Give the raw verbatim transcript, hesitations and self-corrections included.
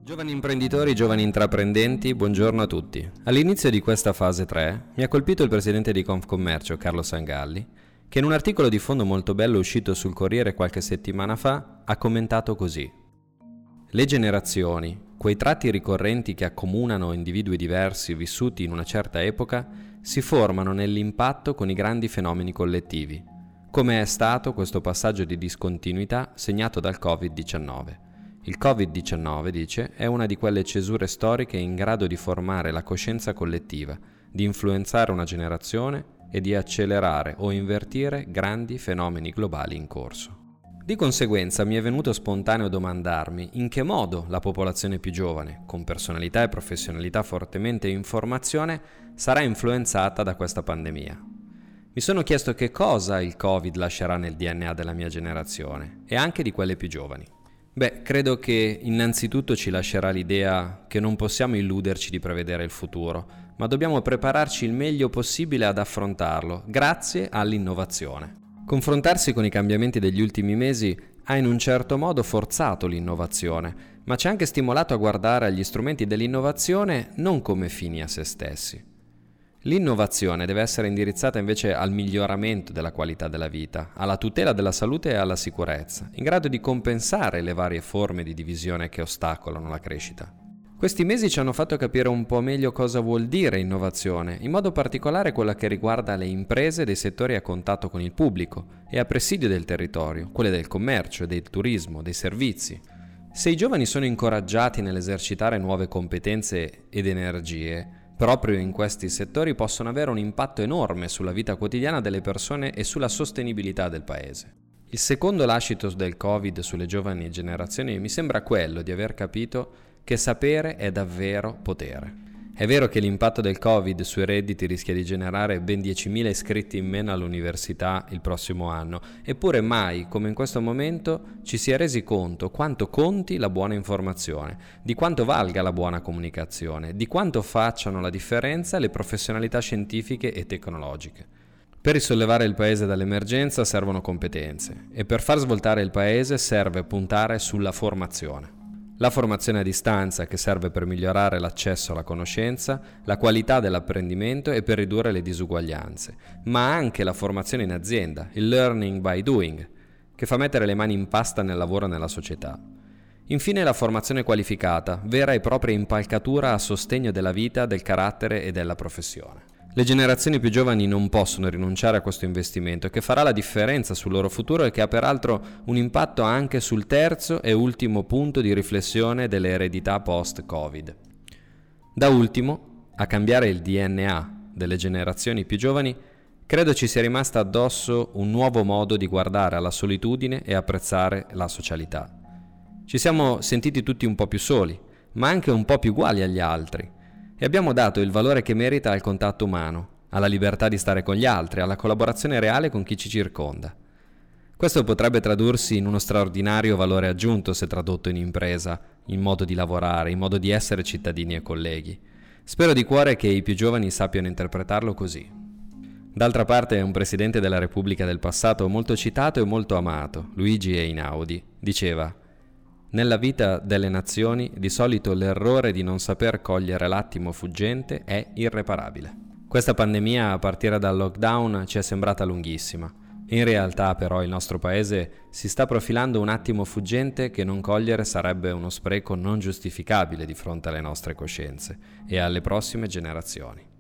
Giovani imprenditori, giovani intraprendenti, buongiorno a tutti. All'inizio di questa fase tre mi ha colpito il presidente di Confcommercio, Carlo Sangalli, che in un articolo di fondo molto bello uscito sul Corriere qualche settimana fa ha commentato così: le generazioni, quei tratti ricorrenti che accomunano individui diversi vissuti in una certa epoca, si formano nell'impatto con i grandi fenomeni collettivi, come è stato questo passaggio di discontinuità segnato dal covid diciannove. Il covid diciannove, dice, è una di quelle cesure storiche in grado di formare la coscienza collettiva, di influenzare una generazione e di accelerare o invertire grandi fenomeni globali in corso. Di conseguenza mi è venuto spontaneo domandarmi in che modo la popolazione più giovane, con personalità e professionalità fortemente in formazione, sarà influenzata da questa pandemia. Mi sono chiesto che cosa il Covid lascerà nel D N A della mia generazione e anche di quelle più giovani. Beh, credo che innanzitutto ci lascerà l'idea che non possiamo illuderci di prevedere il futuro, ma dobbiamo prepararci il meglio possibile ad affrontarlo, grazie all'innovazione. Confrontarsi con i cambiamenti degli ultimi mesi ha in un certo modo forzato l'innovazione, ma ci ha anche stimolato a guardare agli strumenti dell'innovazione non come fini a se stessi. L'innovazione deve essere indirizzata invece al miglioramento della qualità della vita, alla tutela della salute e alla sicurezza, in grado di compensare le varie forme di divisione che ostacolano la crescita. Questi mesi ci hanno fatto capire un po' meglio cosa vuol dire innovazione, in modo particolare quella che riguarda le imprese dei settori a contatto con il pubblico e a presidio del territorio, quelle del commercio, del turismo, dei servizi. Se i giovani sono incoraggiati nell'esercitare nuove competenze ed energie, proprio in questi settori possono avere un impatto enorme sulla vita quotidiana delle persone e sulla sostenibilità del paese. Il secondo lascito del Covid sulle giovani generazioni mi sembra quello di aver capito che sapere è davvero potere. È vero che l'impatto del Covid sui redditi rischia di generare ben diecimila iscritti in meno all'università il prossimo anno, eppure mai, come in questo momento, ci si è resi conto quanto conti la buona informazione, di quanto valga la buona comunicazione, di quanto facciano la differenza le professionalità scientifiche e tecnologiche. Per risollevare il paese dall'emergenza servono competenze e per far svoltare il paese serve puntare sulla formazione. La formazione a distanza che serve per migliorare l'accesso alla conoscenza, la qualità dell'apprendimento e per ridurre le disuguaglianze, ma anche la formazione in azienda, il learning by doing, che fa mettere le mani in pasta nel lavoro e nella società. Infine la formazione qualificata, vera e propria impalcatura a sostegno della vita, del carattere e della professione. Le generazioni più giovani non possono rinunciare a questo investimento che farà la differenza sul loro futuro e che ha peraltro un impatto anche sul terzo e ultimo punto di riflessione delle eredità post-Covid. Da ultimo, a cambiare il D N A delle generazioni più giovani, credo ci sia rimasta addosso un nuovo modo di guardare alla solitudine e apprezzare la socialità. Ci siamo sentiti tutti un po' più soli, ma anche un po' più uguali agli altri. E abbiamo dato il valore che merita al contatto umano, alla libertà di stare con gli altri, alla collaborazione reale con chi ci circonda. Questo potrebbe tradursi in uno straordinario valore aggiunto se tradotto in impresa, in modo di lavorare, in modo di essere cittadini e colleghi. Spero di cuore che i più giovani sappiano interpretarlo così. D'altra parte un presidente della Repubblica del passato molto citato e molto amato, Luigi Einaudi, diceva: nella vita delle nazioni di solito l'errore di non saper cogliere l'attimo fuggente è irreparabile. Questa pandemia a partire dal lockdown ci è sembrata lunghissima. In realtà però il nostro paese si sta profilando un attimo fuggente che non cogliere sarebbe uno spreco non giustificabile di fronte alle nostre coscienze e alle prossime generazioni.